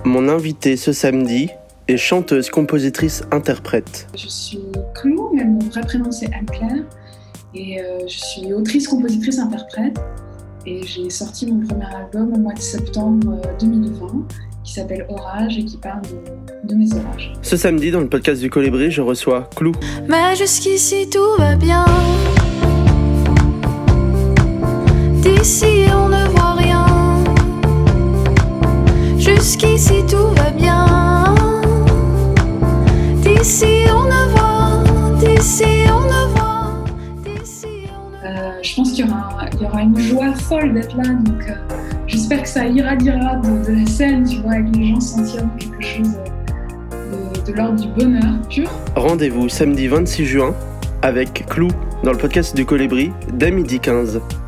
Mon invitée ce samedi est chanteuse, compositrice, interprète. Je suis Clou, mais mon vrai prénom c'est Anne-Claire. Et je suis autrice, compositrice, interprète. Et j'ai sorti mon premier album au mois de septembre 2020 qui s'appelle Orage et qui parle de mes orages. Ce samedi, dans le podcast du Colibri, je reçois Clou. Mais jusqu'ici tout va bien. D'ici on ne voit rien. Jusqu'ici tout va bien. D'ici on ne voit, d'ici on ne voit, d'ici on ne voit. Je pense qu'il y aura une joie folle d'être là, donc j'espère que ça irradiera de la scène, tu vois, et que les gens sentiront quelque chose de l'ordre du bonheur pur. Rendez-vous samedi 26 juin avec Clou dans le podcast du Colibri dès 12h15.